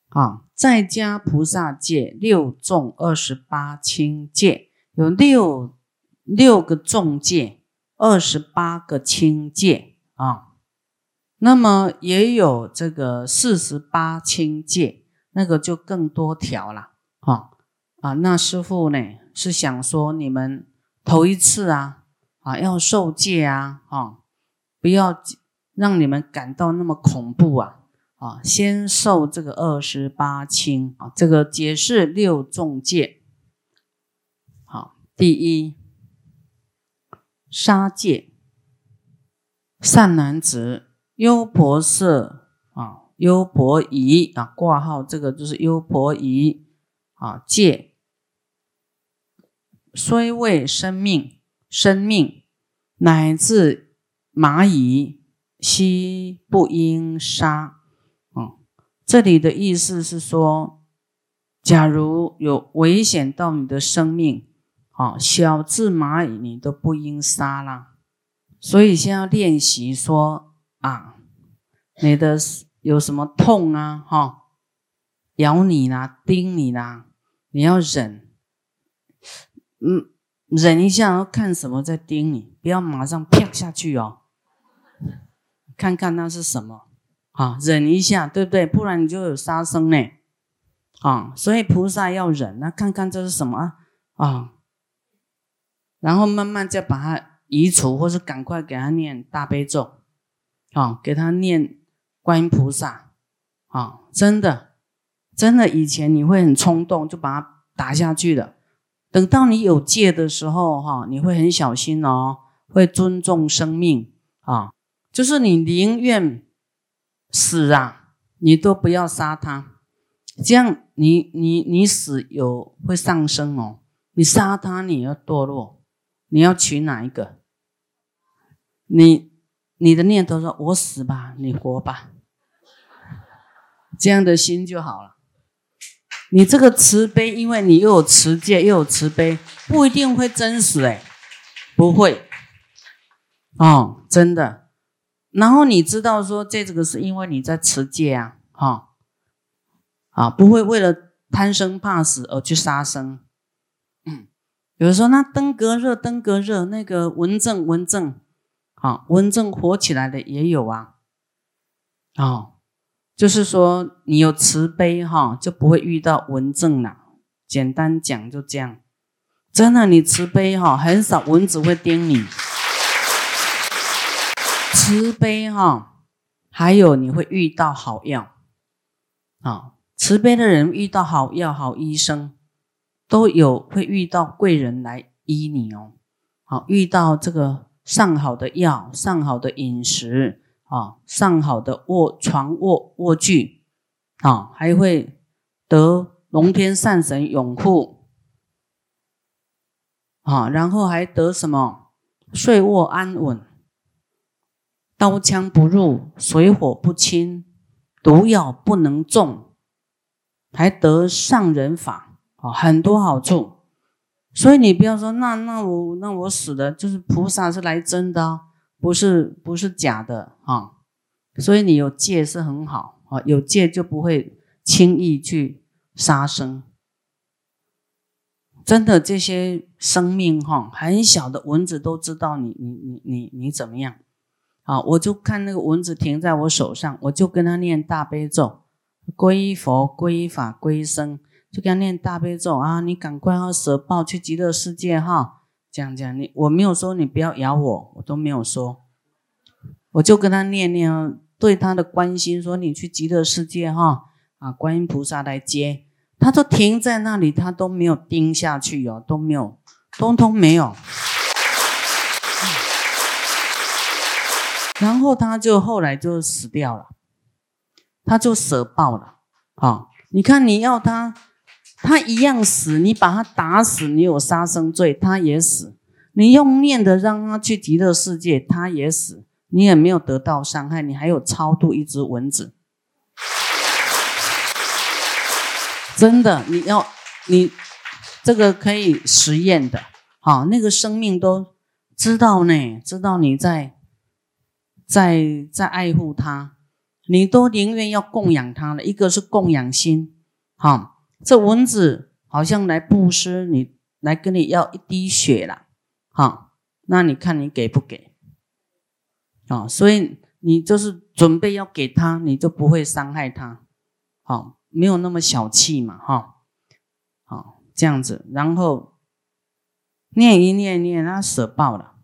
再加菩萨戒6重28轻戒，有六个重戒，28个轻戒那么也有这个48轻戒，那个就更多条了那师父呢是想说你们头一次要受戒不要让你们感到那么恐怖先受这个28轻这个解释6重戒。第一，杀戒，善男子，优婆塞优婆夷挂号这个就是优婆夷戒，虽为生命乃至蚂蚁悉不应杀。这里的意思是说，假如有危险到你的生命小至蚂蚁你都不应杀啦。所以先要练习说你的有什么痛咬你啦叮你啦，你要忍忍一下，然后看什么在叮你，不要马上啪下去看看那是什么忍一下，对不对？不然你就有杀生呢所以菩萨要忍，那看看这是什么然后慢慢再把它移除，或是赶快给他念大悲咒给他念观音菩萨真的以前你会很冲动就把它打下去的，等到你有戒的时候你会很小心会尊重生命就是你宁愿死你都不要杀他，这样你死会上升你杀他你要堕落，你要取哪一个？你的念头说我死吧你活吧，这样的心就好了。你这个慈悲，因为你又有持戒又有慈悲，不一定会真死不会真的。然后你知道说这个是因为你在持戒不会为了贪生怕死而去杀生。有的时候那登革热那个蚊症活起来的也有就是说你有慈悲就不会遇到蚊症了。简单讲就这样，真的你慈悲很少蚊子会叮你。慈悲还有你会遇到好药慈悲的人遇到好药好医生，都有会遇到贵人来医你遇到这个上好的药，上好的饮食上好的卧具还会得龙天善神拥护然后还得什么睡卧安稳，刀枪不入，水火不侵，毒药不能中，还得上人法很多好处。所以你不要说那我死了，就是菩萨是来真的不是假的所以你有戒是很好有戒就不会轻易去杀生。真的这些生命很小的蚊子都知道你怎么样我就看那个蚊子停在我手上，我就跟他念大悲咒，皈依佛皈依法皈依僧，就跟他念大悲咒你赶快舍报去极乐世界这样我没有说你不要咬我都没有说，我就跟他念对他的关心说你去极乐世界观音菩萨来接，他都停在那里，他都没有盯下去都没有，通通没有。然后他就后来就死掉了，他就舍报了你看你要他一样死，你把他打死，你有杀生罪，他也死。你用念的让他去极乐世界，他也死，你也没有得到伤害，你还有超度一只蚊子。真的，你这个可以实验的那个生命都知道呢，知道你在爱护他你都宁愿要供养他了。一个是供养心，这蚊子好像来布施你，来跟你要一滴血了，那你看你给不给？所以你就是准备要给他，你就不会伤害他，没有那么小气嘛，这样子，然后念一念，他舍报了，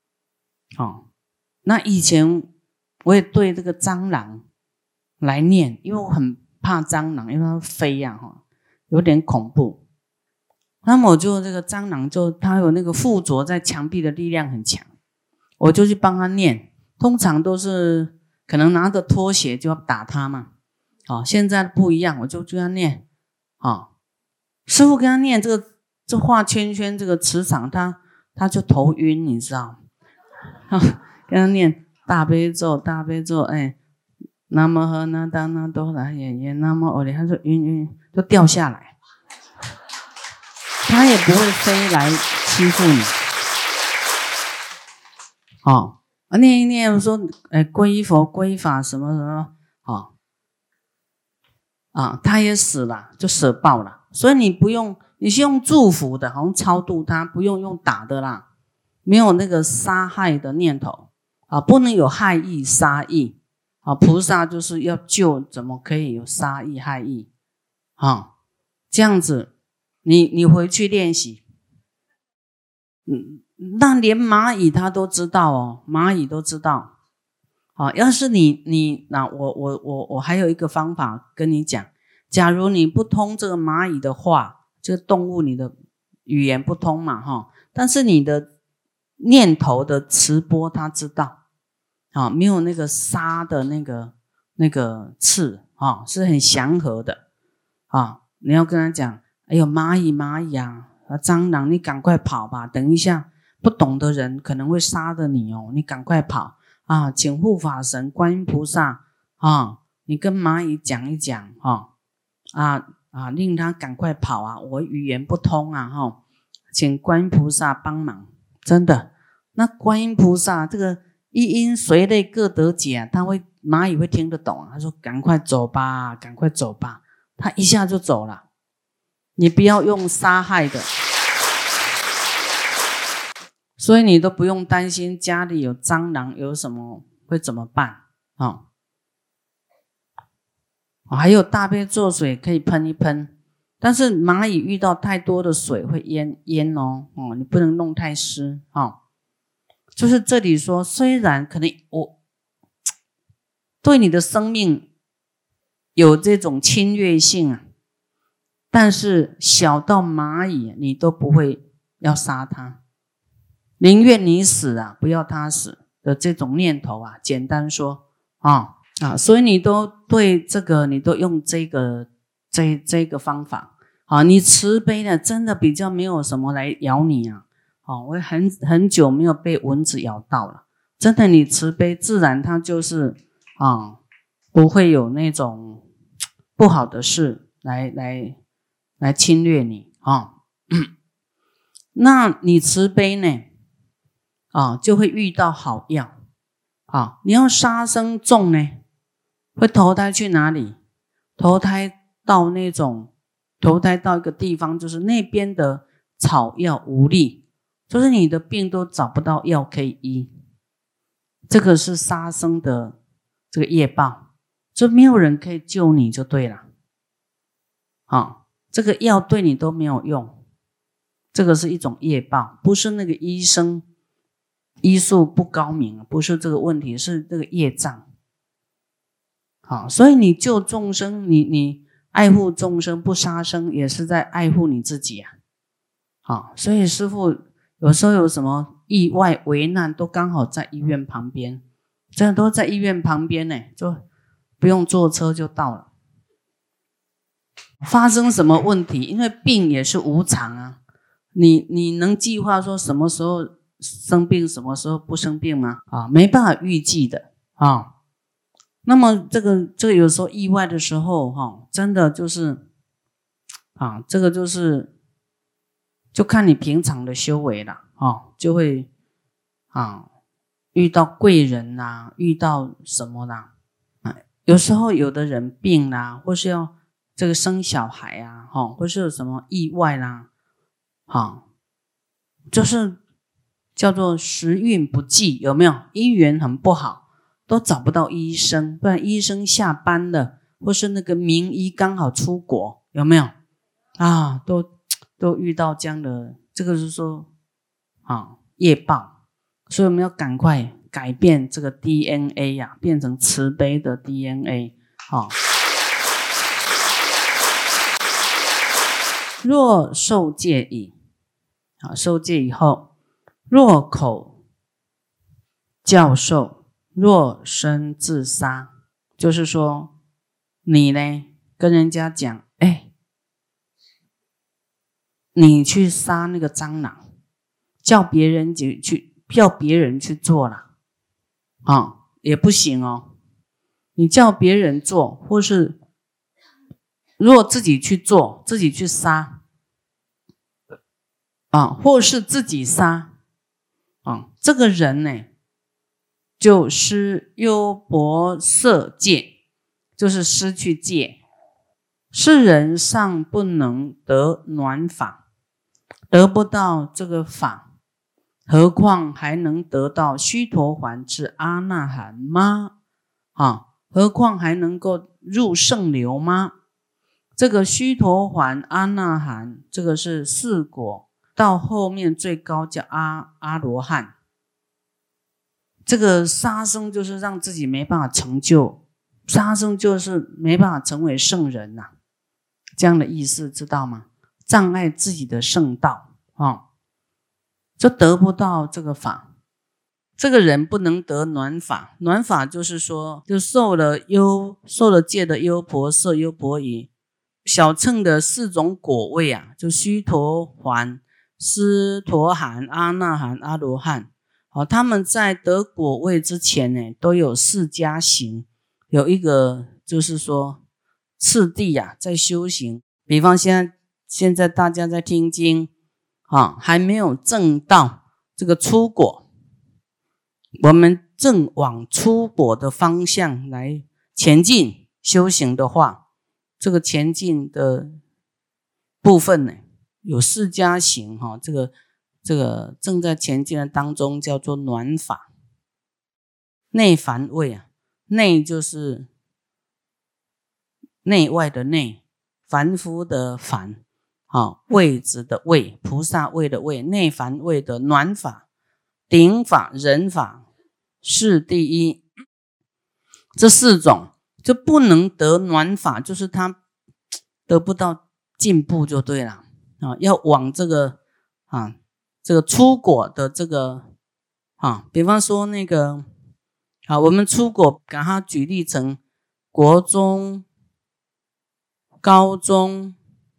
那以前我也对这个蟑螂来念，因为我很怕蟑螂，因为它飞有点恐怖。那么我就这个蟑螂它有那个附着在墙壁的力量很强，我就去帮他念。通常都是可能拿着拖鞋就要打他嘛，现在不一样，我就跟他念，师父跟他念这画圈圈这个磁场，他就头晕，你知道，跟他念大悲咒，南无喝那达那多拉耶耶南无阿弥，他就晕，就掉下来，他也不会飞来欺负你，念一念，我说，皈依佛，皈依法，什么什么，他也死了，就舍报了。所以你不用，你是用祝福的，好像超度他，不用用打的啦，没有那个杀害的念头不能有害意、杀意菩萨就是要救，怎么可以有杀意、害意这样子，你回去练习，那连蚂蚁它都知道蚂蚁都知道。要是你那我还有一个方法跟你讲，假如你不通这个蚂蚁的话，这个动物你的语言不通嘛但是你的念头的磁波它知道没有那个杀的那个刺是很祥和的你要跟他讲，哎呦蚂蚁蟑螂你赶快跑吧，等一下不懂的人可能会杀了你你赶快跑请护法神观音菩萨你跟蚂蚁讲一讲令他赶快跑我语言不通请观音菩萨帮忙。真的，那观音菩萨这个一因随类各得解蚂蚁会听得懂他说赶快走吧，赶快走吧，他一下就走了。你不要用杀害的，所以你都不用担心家里有蟑螂有什么会怎么办还有大悲咒水可以喷一喷，但是蚂蚁遇到太多的水会淹你不能弄太湿就是这里说，虽然可能我对你的生命有这种侵略性但是小到蚂蚁你都不会要杀它，宁愿你死不要它死的这种念头简单说所以你都对这个你都用这个方法你慈悲的真的比较没有什么来咬你我很久没有被蚊子咬到了，真的你慈悲自然它就是不会有那种不好的事来侵略你那你慈悲呢就会遇到好药你要杀生重呢，会投胎去哪里？投胎到一个地方，就是那边的草药无力，就是你的病都找不到药可以医，这个是杀生的这个业报，所以没有人可以救你就对了这个药对你都没有用，这个是一种业报，不是那个医生医术不高明，不是这个问题，是这个业障所以你救众生，你爱护众生不杀生，也是在爱护你自己所以师父有时候有什么意外危难都刚好在医院旁边，真的都在医院旁边呢，就不用坐车就到了。发生什么问题，因为病也是无常你能计划说什么时候生病什么时候不生病吗？没办法预计的那么这个有时候意外的时候真的就是这个就是就看你平常的修为了就会遇到贵人遇到什么啦有时候有的人病啦，或是要这个生小孩啊，或是有什么意外啦，就是叫做时运不济，有没有？姻缘很不好，都找不到医生，不然医生下班了，或是那个名医刚好出国，有没有？都遇到这样的，这个是说业报，所以我们要赶快改变这个 DNA 呀，变成慈悲的 DNA 若受戒已，受戒以后，若口教授，若身自杀，就是说你呢跟人家讲，你去杀那个蟑螂，叫别人去做啦，也不行哦。你叫别人做，或是如果自己去做，自己去杀或是自己杀这个人呢，就失优婆塞戒，就是失去戒。世人尚不能得暖法，得不到这个法，何况还能得到须陀洹之阿那含吗？何况还能够入圣流吗？这个须陀洹阿那含，这个是四果，到后面最高叫阿罗汉。这个杀生就是让自己没办法成就，杀生就是没办法成为圣人呐，这样的意思知道吗？障碍自己的圣道就得不到这个法。这个人不能得暖法，暖法就是说，就受了戒的优婆塞、优婆夷，小乘的4种果位啊，就须陀洹、斯陀含、阿那含、阿罗汉。他们在得果位之前呢，都有4加行，有一个就是说次第在修行。比方现在大家在听经还没有证到这个出果，我们正往出果的方向来前进修行的话，这个前进的部分呢，有4加行这个正在前进的当中叫做暖法。内凡位内就是内外的内，凡夫的凡位置的位，菩萨位的位，内凡位的暖法、顶法、人法、是第一，这4种就不能得暖法，就是他得不到进步就对了要往这个出果的这个比方说那个我们出果把它举例成国中、高中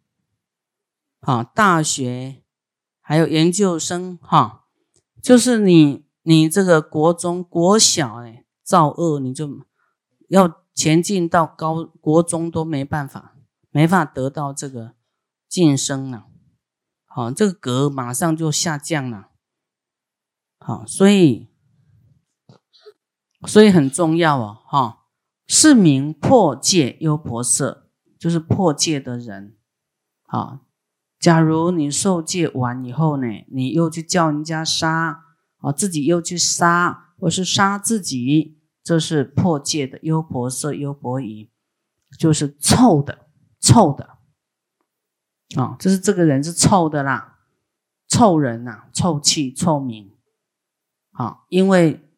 大学还有研究生就是你这个国中国小造恶，你就要前进到国中都没办法得到这个晋升了这个格马上就下降了所以很重要是名破戒优婆塞，就是破戒的人假如你受戒完以后呢，你又去叫人家杀自己又去杀，或是杀自己，这是破戒的优婆塞、优婆夷，就是臭的就是这个人是臭的啦，臭人臭气、臭名因为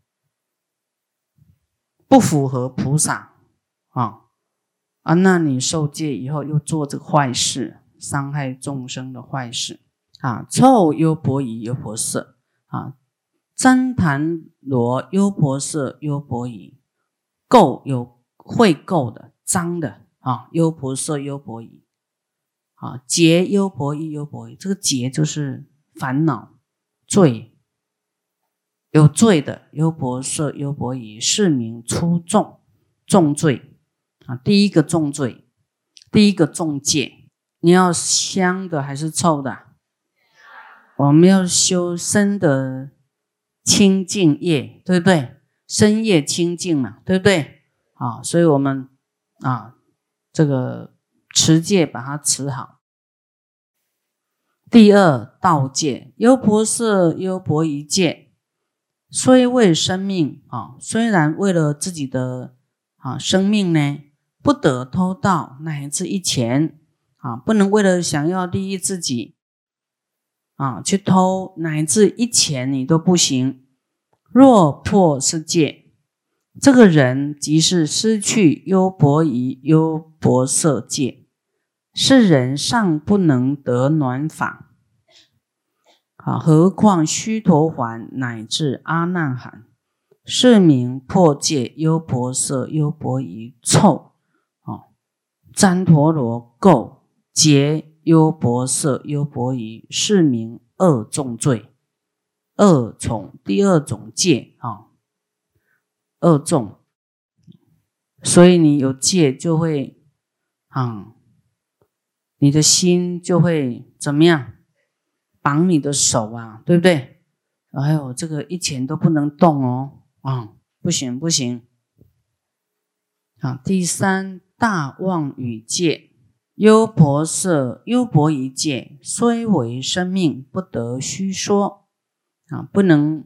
不符合菩萨那你受戒以后又做这个坏事，伤害众生的坏事臭优婆夷、优婆塞旃檀罗优婆塞、优婆夷，垢有秽垢的、脏的优婆塞、优婆夷结优婆夷、优婆夷，这个结就是烦恼罪，有罪的优婆塞、优婆夷是名初重罪第一个重罪，第一个重戒。你要香的还是臭的？我们要修身的清净业，对不对？身业清净嘛，对不对啊，所以我们啊这个持戒把它持好。第二道戒，优婆塞优婆夷戒，虽为生命啊，虽然为了自己的生命呢，不得偷盗乃至一钱啊，不能为了想要利益自己啊去偷，乃至一钱你都不行。若破是戒，这个人即是失去优婆夷优婆塞戒，是人尚不能得暖法何况须陀洹乃至阿那含，是名破戒优婆塞优婆夷臭旃陀罗垢结优婆塞优婆夷，是名二重罪。二重第二种戒二重，所以你有戒就会你的心就会怎么样？绑你的手啊，对不对？还有这个一钱都不能动哦，不行不行。第三大妄语戒，优婆塞优婆夷戒，虽为生命，不得虚说不能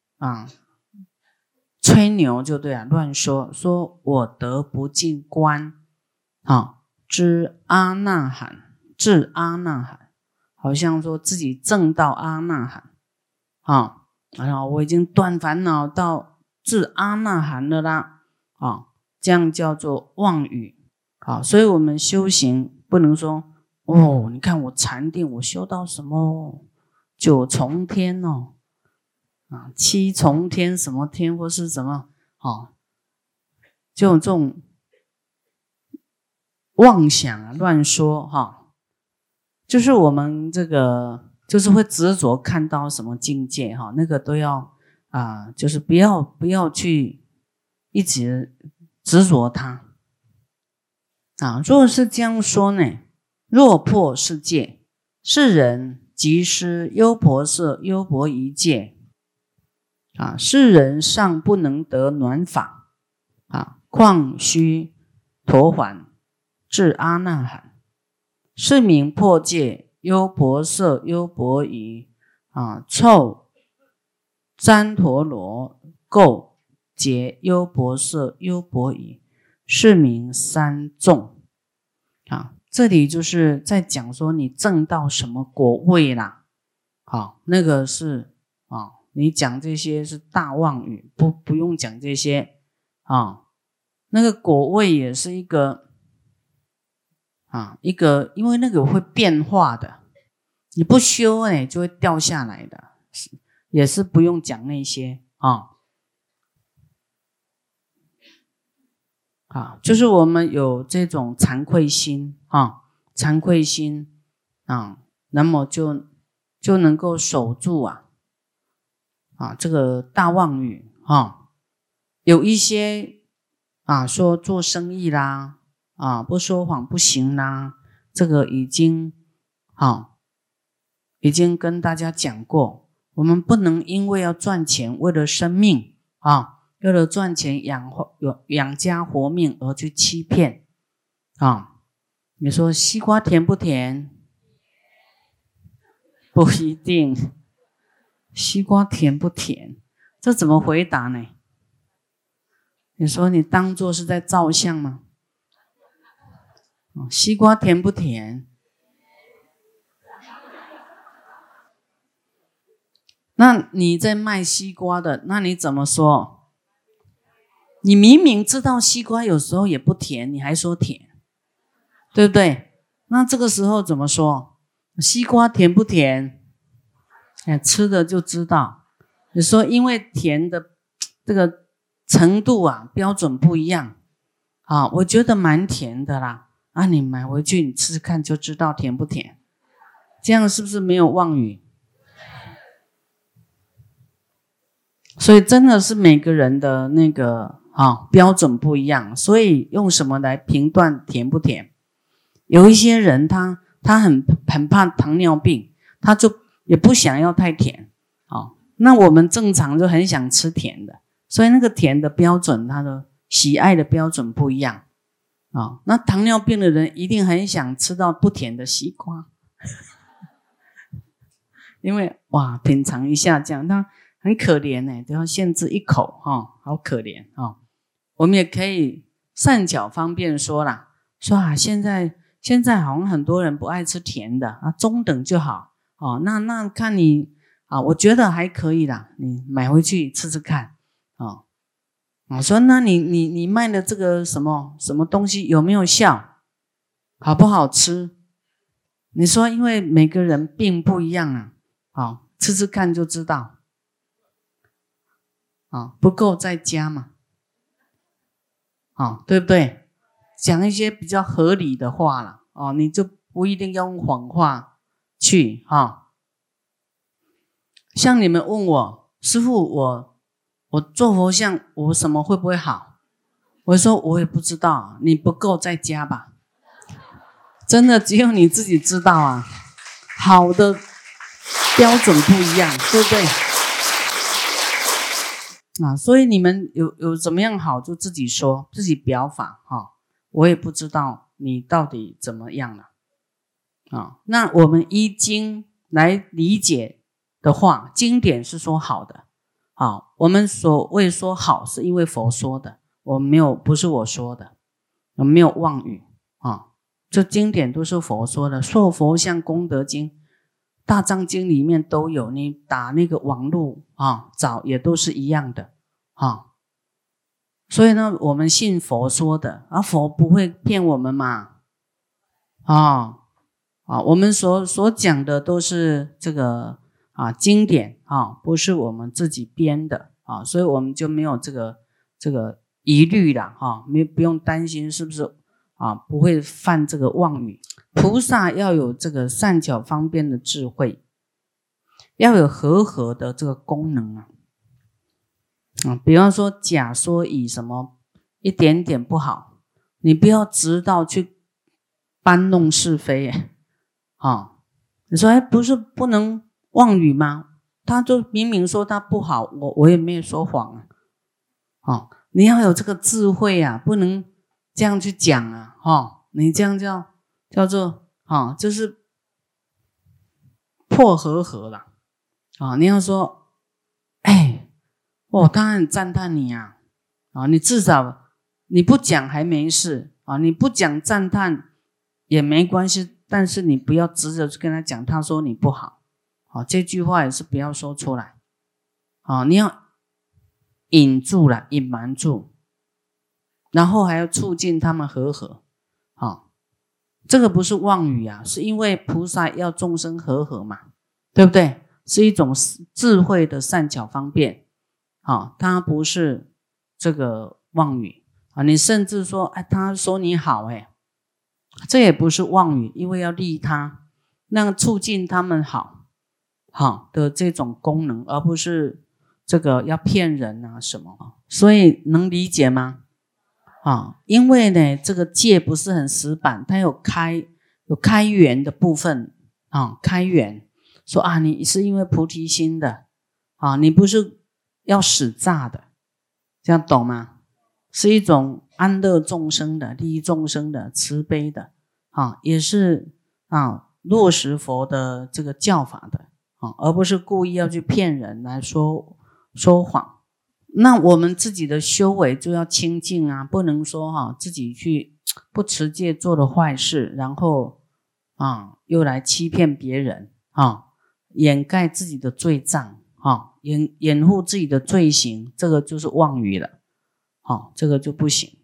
吹牛就对乱说，说我得不进观知阿那含，至阿那含，好像说自己证到阿那含然后我已经断烦恼到至阿那含了啦这样叫做妄语所以我们修行不能说你看我禅定我修到什么9重天7重天什么天或是什么就有这种妄想乱说就是我们这个就是会执着看到什么境界那个都要就是不要去一直执着它若是这样说呢，若破是戒，是人即失优婆塞优婆夷戒是人尚不能得暖法况须陀洹至阿那含，是名破戒优婆塞优婆夷臭旃陀罗垢结优婆塞优婆夷，是名三重这里就是在讲说你证到什么果位啦那个是你讲这些是大妄语，不用讲这些那个果位也是一个因为那个会变化的，你不修就会掉下来的，也是不用讲那些就是我们有这种惭愧心惭愧心那么就能够守住这个大妄语有一些说做生意啦不说谎不行啦，这个已经跟大家讲过，我们不能因为要赚钱，为了生命为了赚钱养家活命而去欺骗你说西瓜甜不甜？不一定。西瓜甜不甜？这怎么回答呢？你说你当作是在照相吗？西瓜甜不甜？那你在卖西瓜的，那你怎么说？你明明知道西瓜有时候也不甜，你还说甜，对不对？那这个时候怎么说？西瓜甜不甜？吃的就知道。你说因为甜的这个程度标准不一样我觉得蛮甜的啦你买回去你吃吃看就知道甜不甜，这样是不是没有妄语？所以真的是每个人的那个标准不一样，所以用什么来评断甜不甜？有一些人他很怕糖尿病，他就也不想要太甜那我们正常就很想吃甜的，所以那个甜的标准他都喜爱的标准不一样啊。那糖尿病的人一定很想吃到不甜的西瓜，因为哇，品尝一下这样，那很可怜呢，都要限制一口哈，好可怜啊。我们也可以善巧方便说啦，说啊，现在好像很多人不爱吃甜的啊，中等就好哦。那看你啊，我觉得还可以啦，你买回去吃吃看哦。我说那你卖的这个什么东西有没有效，好不好吃？你说因为每个人病不一样啊，哦，吃吃看就知道。哦，不够再加嘛，哦，对不对？讲一些比较合理的话了哦，你就不一定要用谎话去哈、哦。像你们问我师父，我做佛像，我什么会不会好？我说我也不知道，你不够再加吧。真的只有你自己知道啊，好的标准不一样，对不对？啊，所以你们有怎么样好就自己说，自己表法哈、哦。我也不知道你到底怎么样了啊。那我们依经来理解的话，经典是说好的，好，我们所谓说好是因为佛说的，我没有，不是我说的，我没有妄语啊。这经典都是佛说的，说佛像功德经、大藏经里面都有，你打那个网路啊找也都是一样的啊。所以呢，我们信佛说的，而佛不会骗我们嘛，我们所讲的都是这个经典啊，不是我们自己编的啊，所以我们就没有这个疑虑了哈，不用担心是不是不会犯这个妄语。菩萨要有这个善巧方便的智慧，要有和的这个功能啊。比方说假说以什么一点点不好，你不要直到去搬弄是非你说不是不能妄语吗？他就明明说他不好，我也没有说谎你要有这个智慧啊，不能这样去讲啊你这样叫做就是破和了你要说我当然很赞叹你你至少你不讲还没事你不讲赞叹也没关系，但是你不要直着去跟他讲，他说你不好这句话也是不要说出来你要隐住了，隐瞒住，然后还要促进他们和这个不是妄语是因为菩萨要众生和嘛，对不对？是一种智慧的善巧方便它不是这个妄语你甚至说他说你好这也不是妄语，因为要利他，那促进他们好的这种功能，而不是这个要骗人什么。所以能理解吗？因为呢这个戒不是很死板，它有开源的部分开源说你是因为菩提心的你不是要使诈的，这样懂吗？是一种安乐众生的、利益众生的、慈悲的也是落实佛的这个教法的而不是故意要去骗人来说谎。那我们自己的修为就要清净不能说自己去不持戒做了坏事，然后又来欺骗别人掩盖自己的罪障掩护自己的罪行，这个就是妄语了这个就不行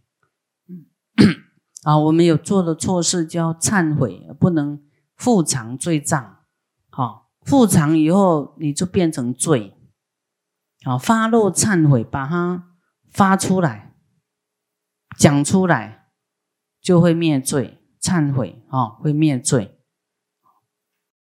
我们有做的错事就要忏悔，不能复藏罪障复藏以后你就变成罪发露忏悔，把它发出来讲出来就会灭罪，忏悔会灭罪